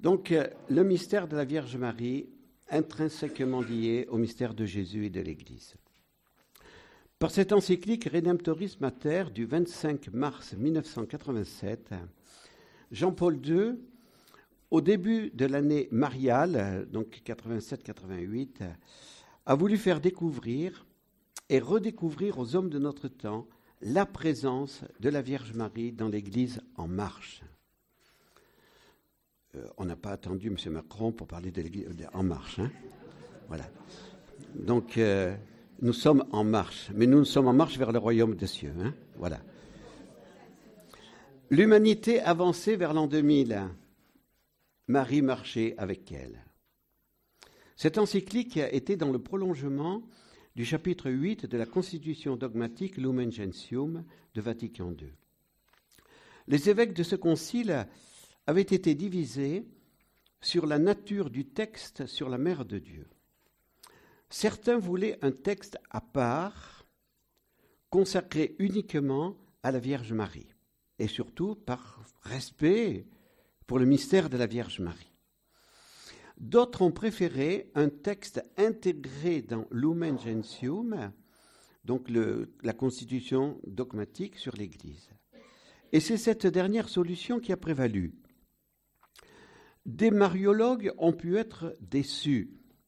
Donc, le mystère de la Vierge Marie, intrinsèquement lié au mystère de Jésus et de l'Église. Par cette encyclique Redemptoris Mater du 25 mars 1987, Jean-Paul II, au début de l'année mariale, donc 87-88, a voulu faire découvrir et redécouvrir aux hommes de notre temps la présence de la Vierge Marie dans l'Église en marche. On n'a pas attendu M. Macron pour parler de l'Église en marche. Hein. Voilà. Donc, nous sommes en marche, mais nous sommes en marche vers le royaume des cieux. Hein. Voilà. L'humanité avançait vers l'an 2000. Marie marchait avec elle. Cette encyclique était dans le prolongement du chapitre 8 de la Constitution dogmatique Lumen Gentium de Vatican II. Les évêques de ce concile avaient été divisés sur la nature du texte sur la Mère de Dieu. Certains voulaient un texte à part, consacré uniquement à la Vierge Marie, et surtout par respect pour le mystère de la Vierge Marie. D'autres ont préféré un texte intégré dans Lumen Gentium, donc la constitution dogmatique sur l'Église. Et c'est cette dernière solution qui a prévalu. Des mariologues ont pu être déçus.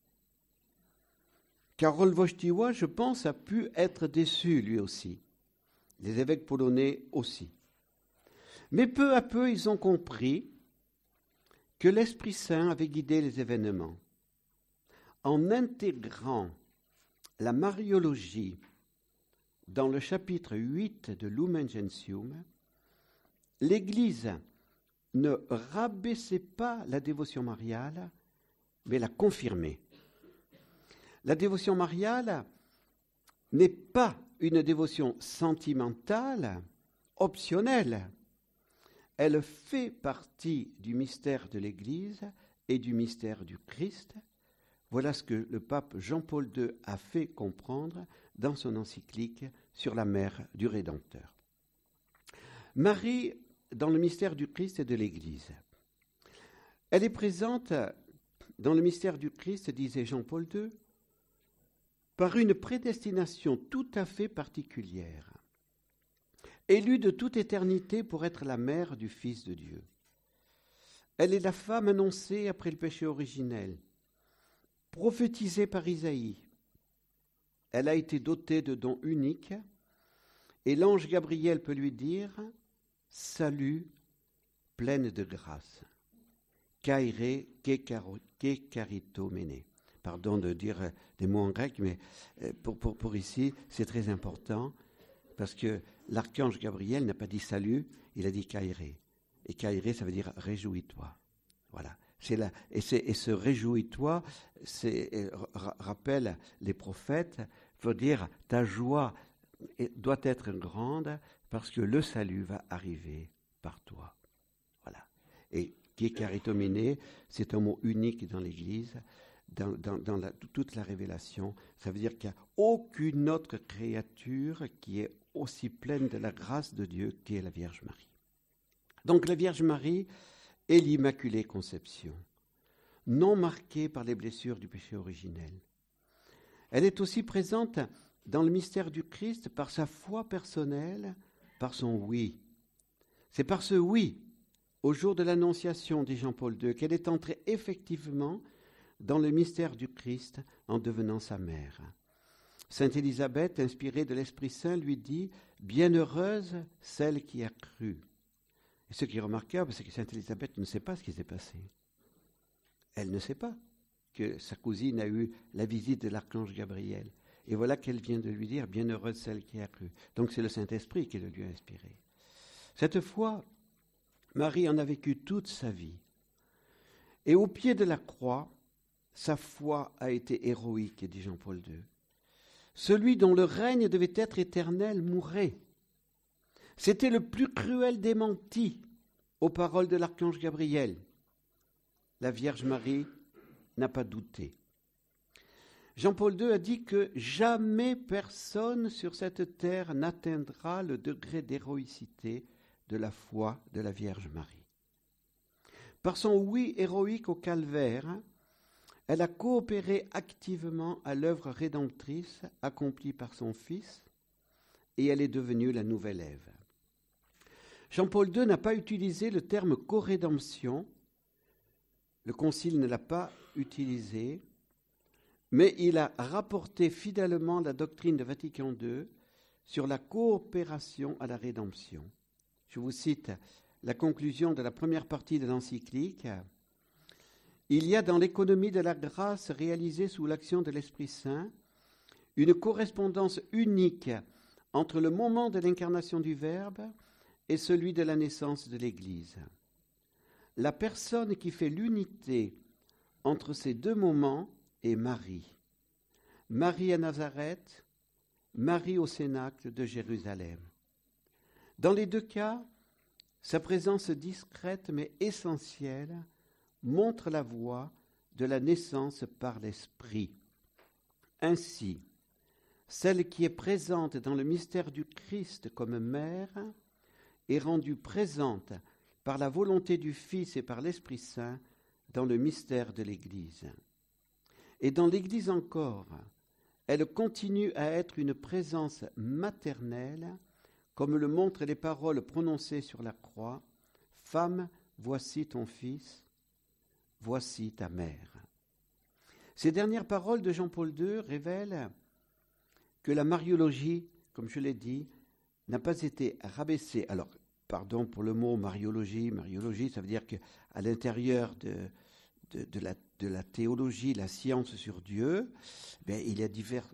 Karol Wojtyła, je pense, a pu être déçu lui aussi. Les évêques polonais aussi. Mais peu à peu, ils ont compris que l'Esprit Saint avait guidé les événements. En intégrant la mariologie dans le chapitre 8 de Lumen Gentium, l'Église ne rabaissait pas la dévotion mariale, mais la confirmait. La dévotion mariale n'est pas une dévotion sentimentale, optionnelle. Elle fait partie du mystère de l'Église et du mystère du Christ. Voilà ce que le pape Jean-Paul II a fait comprendre dans son encyclique sur la mère du Rédempteur. Marie, dans le mystère du Christ et de l'Église, elle est présente dans le mystère du Christ, disait Jean-Paul II, par une prédestination tout à fait particulière. Élue de toute éternité pour être la mère du Fils de Dieu. Elle est la femme annoncée après le péché originel, prophétisée par Isaïe. Elle a été dotée de dons uniques, et l'ange Gabriel peut lui dire « Salut, pleine de grâce, kaire ke karitomene ». Pardon de dire des mots en grec, mais pour ici, c'est très important, parce que l'archange Gabriel n'a pas dit salut, il a dit kairé. Et kairé, ça veut dire réjouis-toi. Voilà. Et ce réjouis-toi rappelle les prophètes, veut dire ta joie doit être grande parce que le salut va arriver par toi. Voilà. Et qui est caritomene, c'est un mot unique dans l'Église. Dans toute la révélation, ça veut dire qu'il n'y a aucune autre créature qui est aussi pleine de la grâce de Dieu qui est la Vierge Marie. Donc la Vierge Marie est l'Immaculée Conception, non marquée par les blessures du péché originel. Elle est aussi présente dans le mystère du Christ par sa foi personnelle, par son oui. C'est par ce oui, au jour de l'Annonciation, dit Jean-Paul II, qu'elle est entrée effectivement dans le mystère du Christ en devenant sa mère. Sainte Élisabeth, inspirée de l'Esprit Saint, lui dit « Bienheureuse celle qui a cru ». Et ce qui est remarquable, c'est que Sainte Élisabeth ne sait pas ce qui s'est passé. Elle ne sait pas que sa cousine a eu la visite de l'archange Gabriel. Et voilà qu'elle vient de lui dire « Bienheureuse celle qui a cru ». Donc c'est le Saint-Esprit qui le lui a inspiré. Cette fois, Marie en a vécu toute sa vie. Et au pied de la croix, sa foi a été héroïque, dit Jean-Paul II. Celui dont le règne devait être éternel mourait. C'était le plus cruel démenti aux paroles de l'archange Gabriel. La Vierge Marie n'a pas douté. Jean-Paul II a dit que jamais personne sur cette terre n'atteindra le degré d'héroïcité de la foi de la Vierge Marie. Par son oui héroïque au calvaire, elle a coopéré activement à l'œuvre rédemptrice accomplie par son Fils, et elle est devenue la nouvelle Ève. Jean-Paul II n'a pas utilisé le terme co-rédemption, le Concile ne l'a pas utilisé, mais il a rapporté fidèlement la doctrine de Vatican II sur la coopération à la rédemption. Je vous cite la conclusion de la première partie de l'encyclique. Il y a dans l'économie de la grâce réalisée sous l'action de l'Esprit Saint une correspondance unique entre le moment de l'incarnation du Verbe et celui de la naissance de l'Église. La personne qui fait l'unité entre ces deux moments est Marie. Marie à Nazareth, Marie au Cénacle de Jérusalem. Dans les deux cas, sa présence discrète mais essentielle montre la voie de la naissance par l'Esprit. Ainsi, celle qui est présente dans le mystère du Christ comme mère est rendue présente par la volonté du Fils et par l'Esprit Saint dans le mystère de l'Église. Et dans l'Église encore, elle continue à être une présence maternelle, comme le montrent les paroles prononcées sur la croix. « Femme, voici ton fils, voici ta mère. » Ces dernières paroles de Jean-Paul II révèlent que la mariologie, comme je l'ai dit, n'a pas été rabaissée. Alors, pardon pour le mot mariologie. Mariologie, ça veut dire qu'à l'intérieur de la théologie, la science sur Dieu, il y a divers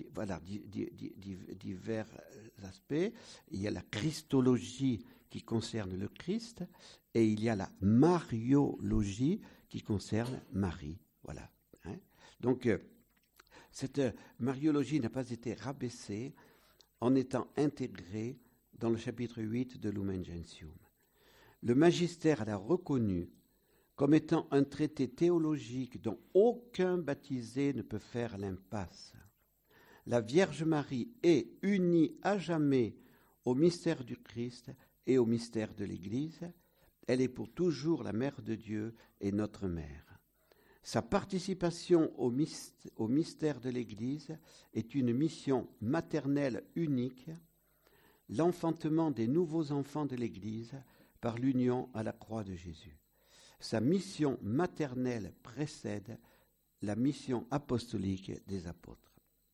aspects. Il y a la christologie qui concerne le Christ et il y a la mariologie qui concerne Marie. Voilà. Donc, cette mariologie n'a pas été rabaissée en étant intégrée dans le chapitre 8 de Lumen Gentium. Le magistère l'a reconnu comme étant un traité théologique dont aucun baptisé ne peut faire l'impasse. La Vierge Marie est unie à jamais au mystère du Christ et au mystère de l'Église. Elle est pour toujours la Mère de Dieu et notre Mère. Sa participation au mystère de l'Église est une mission maternelle unique, l'enfantement des nouveaux enfants de l'Église par l'union à la croix de Jésus. Sa mission maternelle précède la mission apostolique des apôtres.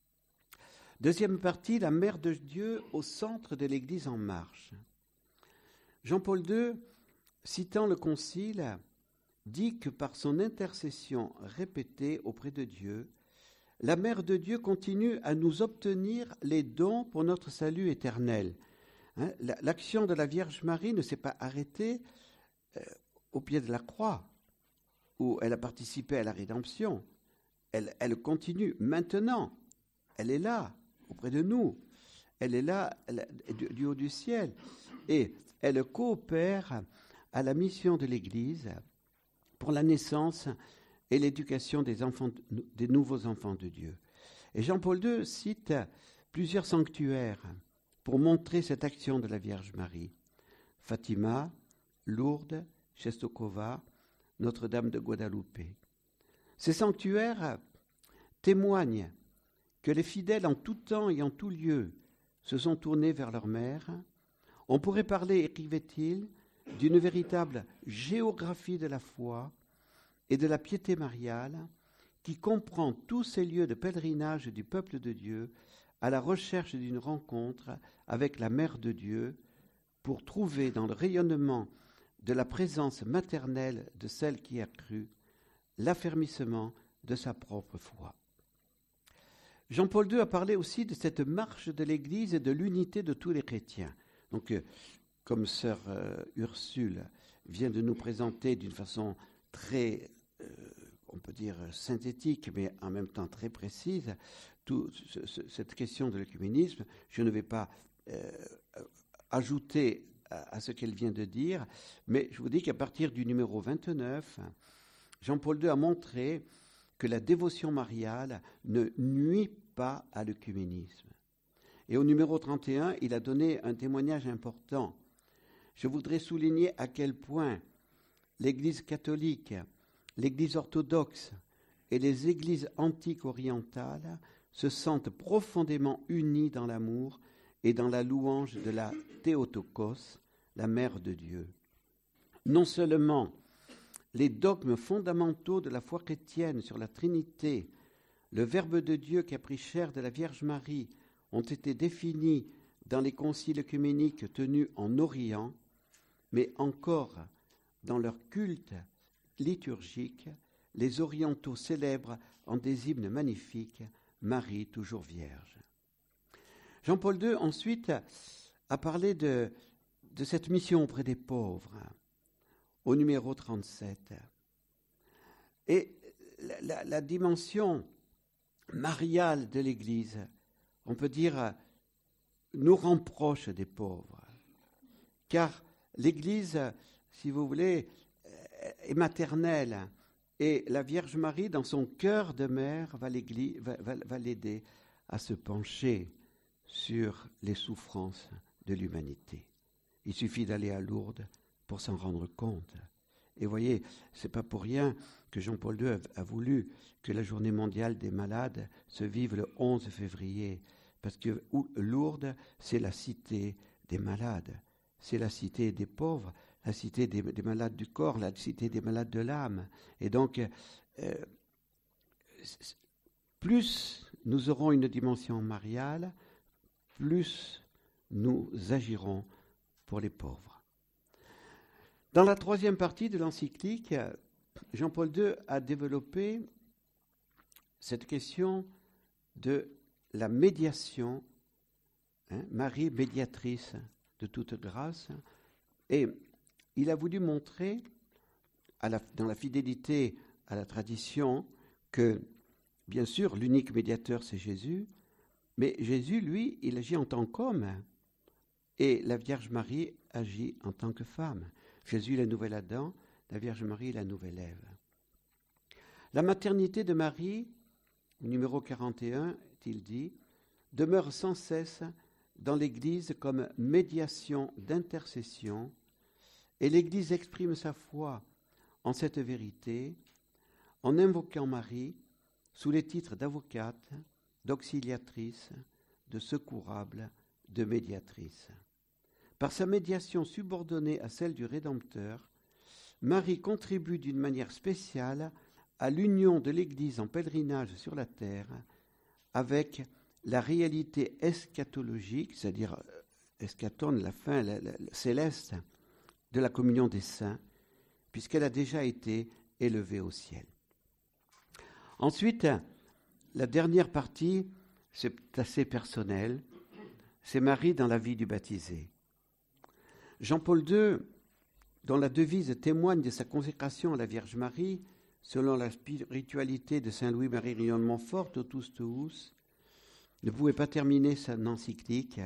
Deuxième partie, la Mère de Dieu au centre de l'Église en marche. Jean-Paul II, citant le Concile, dit que par son intercession répétée auprès de Dieu, la Mère de Dieu continue à nous obtenir les dons pour notre salut éternel. L'action de la Vierge Marie ne s'est pas arrêtée au pied de la croix, où elle a participé à la rédemption. Elle continue maintenant. Elle est là, auprès de nous. Elle est là du haut du ciel. Et elle coopère à la mission de l'Église pour la naissance et l'éducation des nouveaux enfants de Dieu. Et Jean-Paul II cite plusieurs sanctuaires pour montrer cette action de la Vierge Marie. Fatima, Lourdes, Czestochowa, Notre-Dame de Guadalupe. Ces sanctuaires témoignent que les fidèles en tout temps et en tout lieu se sont tournés vers leur mère. On pourrait parler, écrivait-il, d'une véritable géographie de la foi et de la piété mariale qui comprend tous ces lieux de pèlerinage du peuple de Dieu à la recherche d'une rencontre avec la Mère de Dieu pour trouver dans le rayonnement de la présence maternelle de celle qui a cru l'affermissement de sa propre foi. Jean-Paul II a parlé aussi de cette marche de l'Église et de l'unité de tous les chrétiens. Donc, comme sœur Ursule vient de nous présenter d'une façon très, on peut dire, synthétique, mais en même temps très précise, cette question de l'œcuménisme, je ne vais pas ajouter à ce qu'elle vient de dire, mais je vous dis qu'à partir du numéro 29, Jean-Paul II a montré que la dévotion mariale ne nuit pas à l'œcuménisme. Et au numéro 31, il a donné un témoignage important. Je voudrais souligner à quel point l'Église catholique, l'Église orthodoxe et les églises antiques orientales se sentent profondément unis dans l'amour et dans la louange de la Théotokos, la Mère de Dieu. Non seulement les dogmes fondamentaux de la foi chrétienne sur la Trinité, le Verbe de Dieu qui a pris chair de la Vierge Marie, ont été définis dans les conciles œcuméniques tenus en Orient, mais encore dans leur culte liturgique, les orientaux célèbrent en des hymnes magnifiques Marie toujours Vierge. Jean-Paul II, ensuite, a parlé de cette mission auprès des pauvres, au numéro 37. Et la dimension mariale de l'Église, on peut dire, nous rend proches des pauvres. Car l'Église, si vous voulez, est maternelle. Et la Vierge Marie, dans son cœur de mère, va l'aider à se pencher sur les souffrances de l'humanité. Il suffit d'aller à Lourdes pour s'en rendre compte. Et voyez, ce n'est pas pour rien que Jean-Paul II a voulu que la journée mondiale des malades se vive le 11 février. Parce que Lourdes, c'est la cité des malades, c'est la cité des pauvres, la cité des malades du corps, la cité des malades de l'âme. Et donc, plus nous aurons une dimension mariale, plus nous agirons pour les pauvres. Dans la troisième partie de l'encyclique, Jean-Paul II a développé cette question de la médiation, Marie médiatrice de toute grâce, et il a voulu montrer, dans la fidélité à la tradition, que, bien sûr, l'unique médiateur, c'est Jésus, mais Jésus, lui, il agit en tant qu'homme, et la Vierge Marie agit en tant que femme. Jésus, la nouvelle Adam, la Vierge Marie, la nouvelle Ève. La maternité de Marie, numéro 41, il dit, demeure sans cesse dans l'Église comme médiation d'intercession, et l'Église exprime sa foi en cette vérité en invoquant Marie sous les titres d'avocate, d'auxiliatrice, de secourable, de médiatrice. Par sa médiation subordonnée à celle du Rédempteur, Marie contribue d'une manière spéciale à l'union de l'Église en pèlerinage sur la terre avec la réalité eschatologique, c'est-à-dire eschaton, la fin céleste de la communion des saints, puisqu'elle a déjà été élevée au ciel. Ensuite, la dernière partie, c'est assez personnel, c'est Marie dans la vie du baptisé. Jean-Paul II, dont la devise témoigne de sa consécration à la Vierge Marie, selon la spiritualité de saint Louis-Marie Rion de Montfort, Totus Tuus, ne pouvait pas terminer son encyclique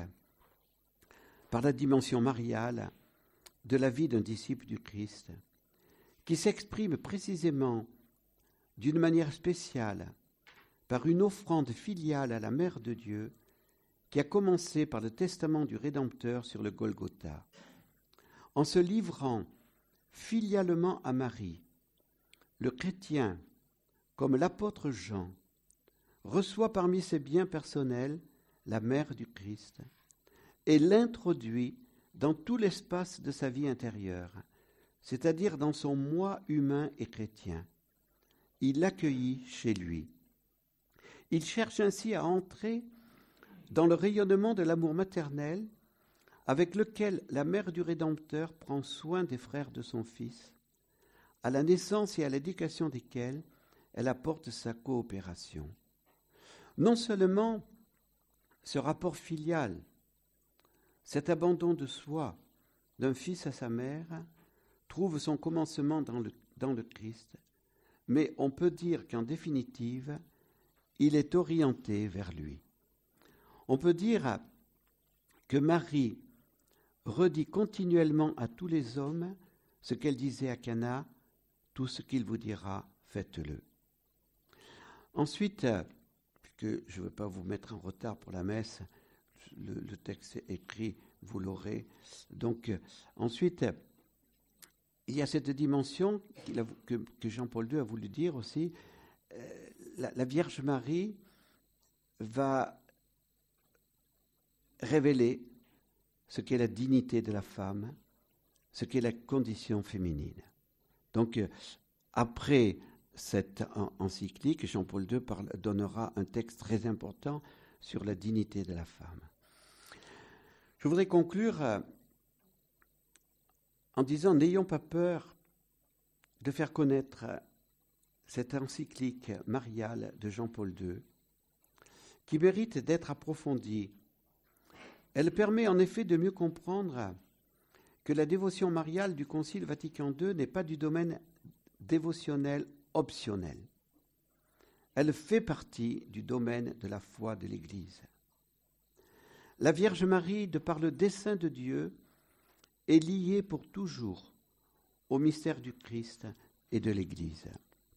par la dimension mariale de la vie d'un disciple du Christ, qui s'exprime précisément d'une manière spéciale par une offrande filiale à la Mère de Dieu qui a commencé par le testament du Rédempteur sur le Golgotha. En se livrant filialement à Marie, le chrétien, comme l'apôtre Jean, reçoit parmi ses biens personnels la Mère du Christ et l'introduit dans tout l'espace de sa vie intérieure, c'est-à-dire dans son moi humain et chrétien. Il l'accueillit chez lui. Il cherche ainsi à entrer dans le rayonnement de l'amour maternel avec lequel la Mère du Rédempteur prend soin des frères de son Fils, à la naissance et à l'éducation desquels elle apporte sa coopération. Non seulement ce rapport filial, cet abandon de soi d'un fils à sa mère, trouve son commencement dans le Christ, mais on peut dire qu'en définitive, il est orienté vers lui. On peut dire que Marie redit continuellement à tous les hommes ce qu'elle disait à Cana, tout ce qu'il vous dira, faites-le. Ensuite, puisque je ne veux pas vous mettre en retard pour la messe, le texte est écrit, vous l'aurez. Donc, ensuite, il y a cette dimension que Jean-Paul II a voulu dire aussi. La Vierge Marie va révéler ce qu'est la dignité de la femme, ce qu'est la condition féminine. Donc, après cette encyclique, Jean-Paul II donnera un texte très important sur la dignité de la femme. Je voudrais conclure en disant, n'ayons pas peur de faire connaître cette encyclique mariale de Jean-Paul II, qui mérite d'être approfondie. Elle permet en effet de mieux comprendre que la dévotion mariale du Concile Vatican II n'est pas du domaine dévotionnel optionnel. Elle fait partie du domaine de la foi de l'Église. La Vierge Marie, de par le dessein de Dieu, est liée pour toujours au mystère du Christ et de l'Église.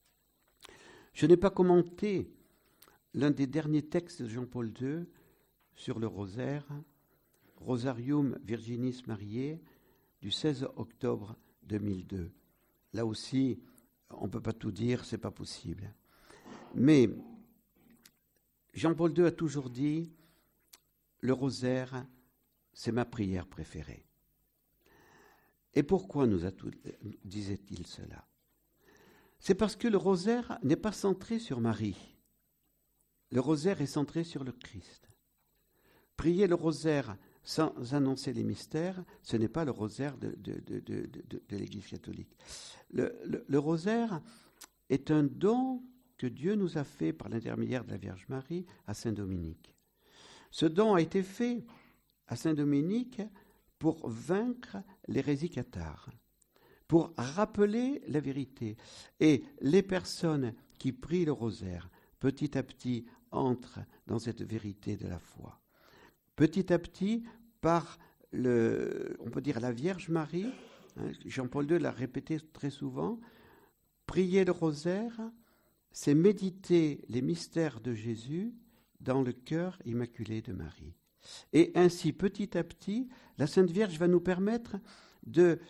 Je n'ai pas commenté l'un des derniers textes de Jean-Paul II sur le rosaire, Rosarium Virginis Mariae, du 16 octobre 2002. Là aussi, on ne peut pas tout dire, ce n'est pas possible. Mais Jean-Paul II a toujours dit, le rosaire, c'est ma prière préférée. Et pourquoi disait-il cela ? C'est parce que le rosaire n'est pas centré sur Marie. Le rosaire est centré sur le Christ. Prier le rosaire sans annoncer les mystères, ce n'est pas le rosaire de l'Église catholique. Le rosaire est un don que Dieu nous a fait par l'intermédiaire de la Vierge Marie à Saint Dominique. Ce don a été fait à Saint Dominique pour vaincre l'hérésie cathare, pour rappeler la vérité. Et les personnes qui prient le rosaire, petit à petit, entrent dans cette vérité de la foi. Petit à petit, par on peut dire la Vierge Marie, Jean-Paul II l'a répété très souvent, prier le rosaire, c'est méditer les mystères de Jésus dans le cœur immaculé de Marie. Et ainsi, petit à petit, la Sainte Vierge va nous permettre de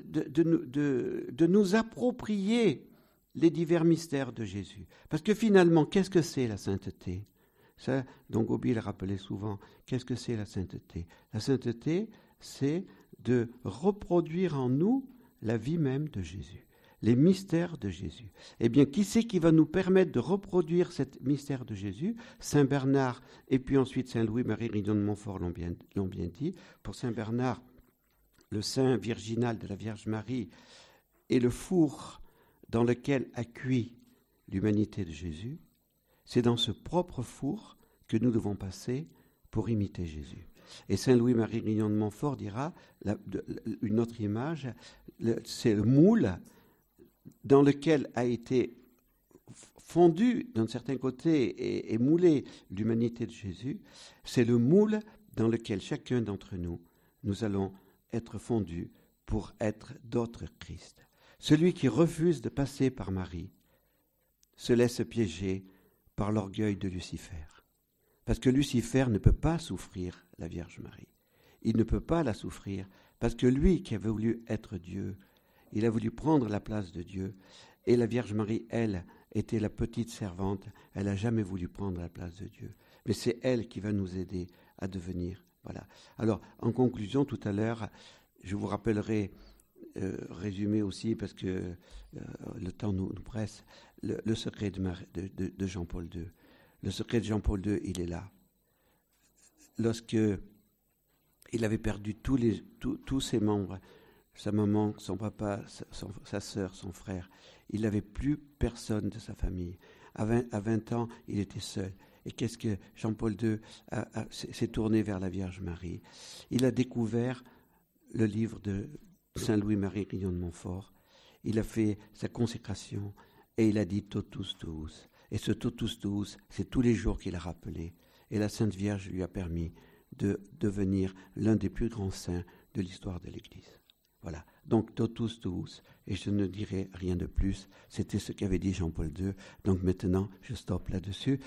nous approprier les divers mystères de Jésus. Parce que finalement, qu'est-ce que c'est la sainteté ? Ça, Don Gobi le rappelait souvent. Qu'est-ce que c'est la sainteté ? La sainteté, c'est de reproduire en nous la vie même de Jésus, les mystères de Jésus. Eh bien, qui c'est qui va nous permettre de reproduire ce mystère de Jésus ? Saint Bernard et puis ensuite Saint Louis-Marie Grignon de Montfort l'ont bien dit. Pour Saint Bernard, le sein virginal de la Vierge Marie est le four dans lequel a cuit l'humanité de Jésus. C'est dans ce propre four que nous devons passer pour imiter Jésus. Et Saint Louis-Marie Grignon de Montfort dira, une autre image, c'est le moule dans lequel a été fondu d'un certain côté et moulé l'humanité de Jésus. C'est le moule dans lequel chacun d'entre nous allons être fondus pour être d'autres Christ. Celui qui refuse de passer par Marie se laisse piéger par l'orgueil de Lucifer. Parce que Lucifer ne peut pas souffrir la Vierge Marie. Il ne peut pas la souffrir parce que lui qui avait voulu être Dieu, il a voulu prendre la place de Dieu. Et la Vierge Marie, elle, était la petite servante. Elle n'a jamais voulu prendre la place de Dieu. Mais c'est elle qui va nous aider à devenir. Voilà. Alors, en conclusion, tout à l'heure, je vous rappellerai, résumé aussi, parce que le temps nous presse, le secret de Jean-Paul II. Le secret de Jean-Paul II, il est là. Lorsque il avait perdu tous ses membres, sa maman, son papa, sa sœur, son frère, il n'avait plus personne de sa famille. À 20 ans, il était seul. Et qu'est-ce que Jean-Paul II s'est tourné vers la Vierge Marie. Il a découvert le livre de Saint Louis-Marie Grignon de Montfort. Il a fait sa consécration et il a dit totus tuus. Et ce totus tuus, c'est tous les jours qu'il a rappelé. Et la Sainte Vierge lui a permis de devenir l'un des plus grands saints de l'histoire de l'Église. Voilà, donc totus tuus, et je ne dirai rien de plus, c'était ce qu'avait dit Jean-Paul II, donc maintenant je stoppe là-dessus.